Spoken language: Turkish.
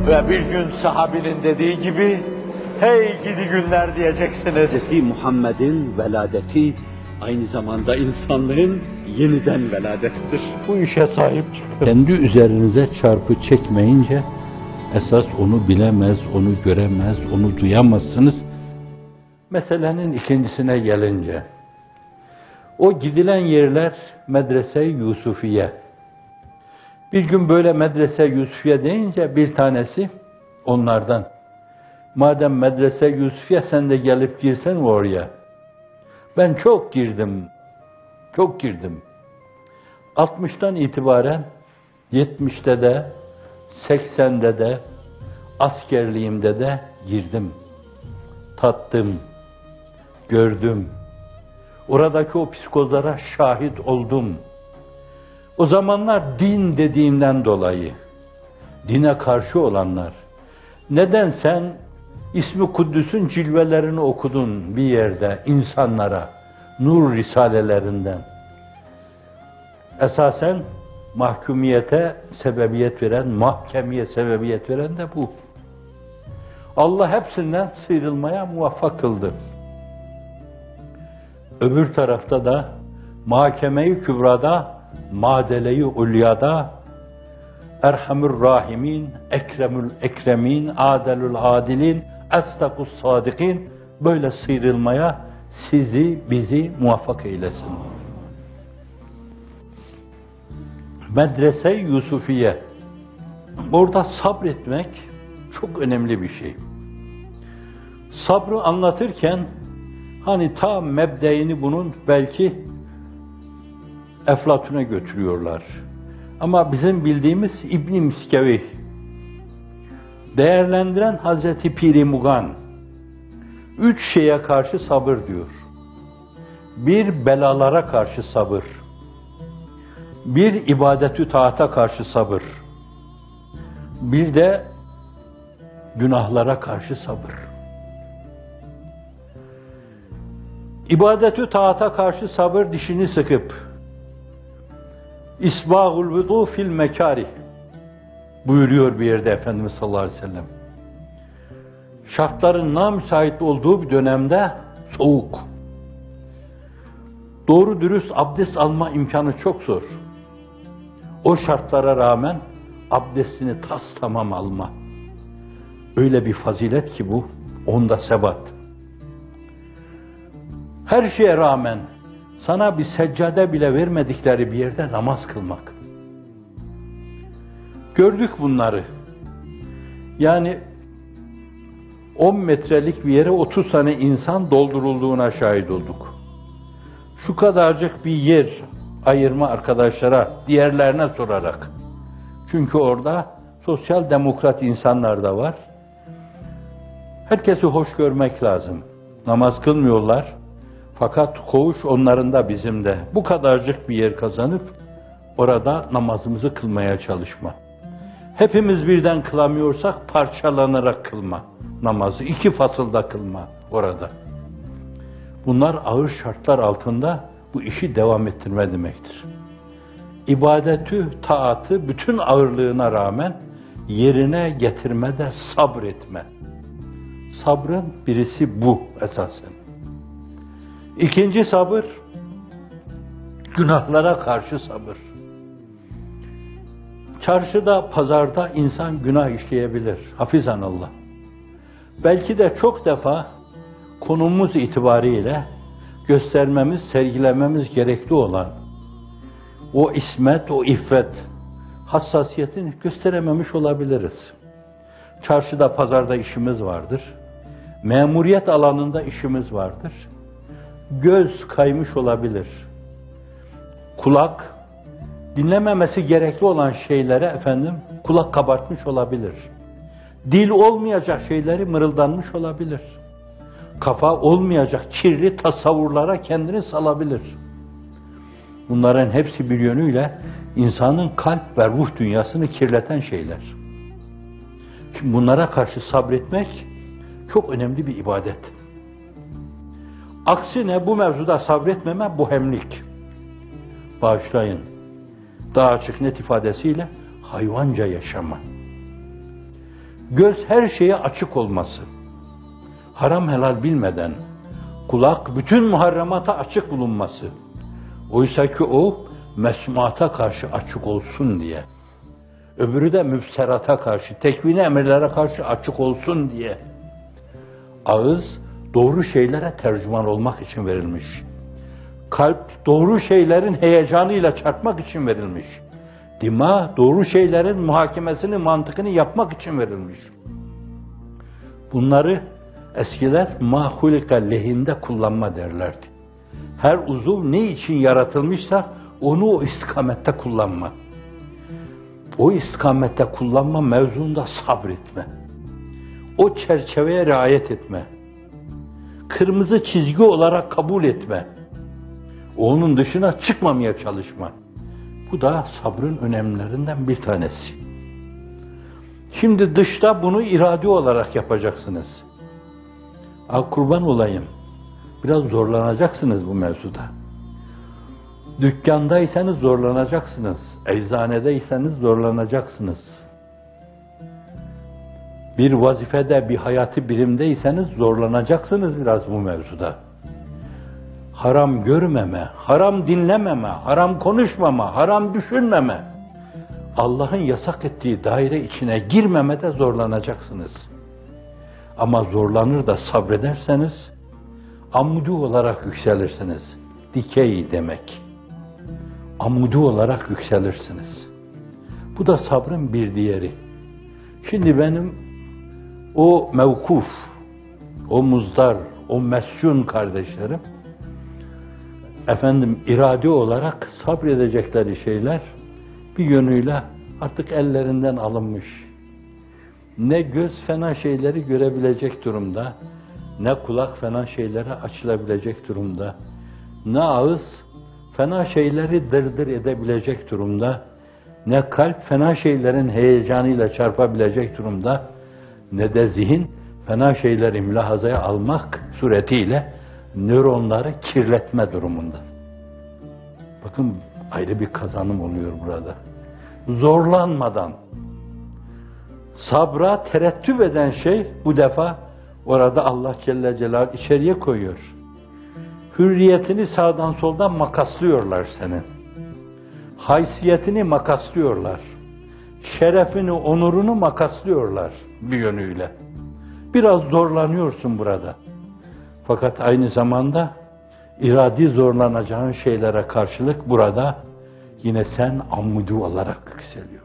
Ve bir gün sahabinin dediği gibi, hey gidi günler diyeceksiniz. Hz. Muhammed'in veladeti aynı zamanda insanlığın yeniden veladettir. Bu işe sahip çıkın. Kendi üzerinize çarpı çekmeyince, esas onu bilemez, onu göremez, onu duyamazsınız. Meselenin ikincisine gelince, o gidilen yerler Medrese-i Yusufiye. Bir gün böyle Medrese-i Yusufiye deyince bir tanesi onlardan, madem Medrese-i Yusufiye sen de gelip girsen oraya. Ben çok girdim, çok girdim. 60'tan itibaren 70'te de, 80'de de, askerliğimde de girdim. Tattım, gördüm. Oradaki o psikozlara şahit oldum. O zamanlar din dediğimden dolayı, dine karşı olanlar, neden sen İsmi Kuddüs'ün cilvelerini okudun bir yerde insanlara, nur risalelerinden? Esasen mahkumiyete sebebiyet veren, mahkemeye sebebiyet veren de bu. Allah hepsinden sıyrılmaya muvaffak kıldı. Öbür tarafta da Mahkeme-i Kübra'da, Madele-i Ulya'da Erhamür Rahimin, Ekremül Ekremin, Adelül Adilin, Estakus Sadikin böyle sıyrılmaya sizi, bizi muvaffak eylesin. Medrese-i Yusufiye. Orada sabretmek çok önemli bir şey. Sabrı anlatırken hani ta mebdeini bunun belki Eflatun'a götürüyorlar. Ama bizim bildiğimiz İbn-i Miskevi, değerlendiren Hazreti Pir-i Mugan, 3 şeye karşı sabır diyor. Bir, belalara karşı sabır. Bir, ibadetü taata karşı sabır. Bir de günahlara karşı sabır. İbadetü taata karşı sabır, dişini sıkıp İsbâgul vudu fil mekârih buyuruyor bir yerde Efendimiz sallallahu aleyhi ve sellem. Şartların namüsait olduğu bir dönemde soğuk. Doğru dürüst abdest alma imkanı çok zor. O şartlara rağmen abdestini tamam alma. Öyle bir fazilet ki bu, onda sebat. Her şeye rağmen sana bir seccade bile vermedikleri bir yerde namaz kılmak. Gördük bunları. Yani 10 metrelik bir yere 30 tane insan doldurulduğuna şahit olduk. Şu kadarcık bir yer ayırma arkadaşlara, diğerlerine sorarak. Çünkü orada sosyal demokrat insanlar da var. Herkesi hoş görmek lazım. Namaz kılmıyorlar. Fakat koğuş onların da bizim de. Bu kadarcık bir yer kazanıp orada namazımızı kılmaya çalışma. Hepimiz birden kılamıyorsak parçalanarak kılma namazı. 2 fasılda kılma orada. Bunlar ağır şartlar altında bu işi devam ettirme demektir. İbadetü, taatı bütün ağırlığına rağmen yerine getirmede sabretme. Sabrın birisi bu esasen. İkinci sabır, günahlara karşı sabır. Çarşıda, pazarda insan günah işleyebilir, hafizanallah. Belki de çok defa konumuz itibariyle göstermemiz, sergilememiz gerekli olan o ismet, o iffet, hassasiyetini gösterememiş olabiliriz. Çarşıda, pazarda işimiz vardır. Memuriyet alanında işimiz vardır. Göz kaymış olabilir. Kulak, dinlememesi gerekli olan şeylere kulak kabartmış olabilir. Dil olmayacak şeyleri mırıldanmış olabilir. Kafa olmayacak kirli tasavvurlara kendini salabilir. Bunların hepsi bir yönüyle insanın kalp ve ruh dünyasını kirleten şeyler. Şimdi bunlara karşı sabretmek çok önemli bir ibadet. Aksine bu mevzuda sabretmeme bohemlik. Bağışlayın. Daha açık net ifadesiyle hayvanca yaşama. göz her şeye açık olması, haram helal bilmeden, kulak bütün muharremata açık bulunması, oysa ki o mesmuata karşı açık olsun diye, öbürü de müfserata karşı, tekvini emirlere karşı açık olsun diye, ağız doğru şeylere tercüman olmak için verilmiş, kalp doğru şeylerin heyecanıyla çarpmak için verilmiş, dima doğru şeylerin muhakemesini, mantıkını yapmak için verilmiş. Bunları eskiler mahulika lehinde kullanma derlerdi. Her uzuv ne için yaratılmışsa onu o istikamette kullanma. O istikamette kullanma mevzuunda sabretme. O çerçeveye riayet etme. Kırmızı çizgi olarak kabul etme. Onun dışına çıkmamaya çalışma. Bu da sabrın önemlilerinden bir tanesi. Şimdi dışta bunu iradi olarak yapacaksınız. Kurban olayım. Biraz zorlanacaksınız bu mevzuda. Dükkandaysanız zorlanacaksınız. Eczanedeyseniz zorlanacaksınız. Bir vazifede, bir hayatı birimdeyseniz zorlanacaksınız biraz bu mevzuda. Haram görmeme, haram dinlememe, haram konuşmama, haram düşünmeme, Allah'ın yasak ettiği daire içine girmemede zorlanacaksınız. Ama zorlanır da sabrederseniz, amudu olarak yükselirsiniz. Dikey demek. Amudu olarak yükselirsiniz. Bu da sabrın bir diğeri. Şimdi benim o mevkuf, o muzdar, o mescun kardeşlerim, irade olarak sabredecekleri şeyler bir yönüyle artık ellerinden alınmış. Ne göz fena şeyleri görebilecek durumda, ne kulak fena şeylere açılabilecek durumda, ne ağız fena şeyleri dırdır edebilecek durumda, ne kalp fena şeylerin heyecanıyla çarpabilecek durumda, ne de zihin fena şeyleri mülahazaya almak suretiyle nöronları kirletme durumunda. Bakın ayrı bir kazanım oluyor burada. Zorlanmadan, sabra terettüp eden şey bu defa orada Allah Celle Celaluhu içeriye koyuyor. Hürriyetini sağdan soldan makaslıyorlar senin. Haysiyetini makaslıyorlar. Şerefini, onurunu makaslıyorlar bir yönüyle. Biraz zorlanıyorsun burada. Fakat aynı zamanda iradi zorlanacağın şeylere karşılık burada yine sen amudu olarak yükseliyorsun.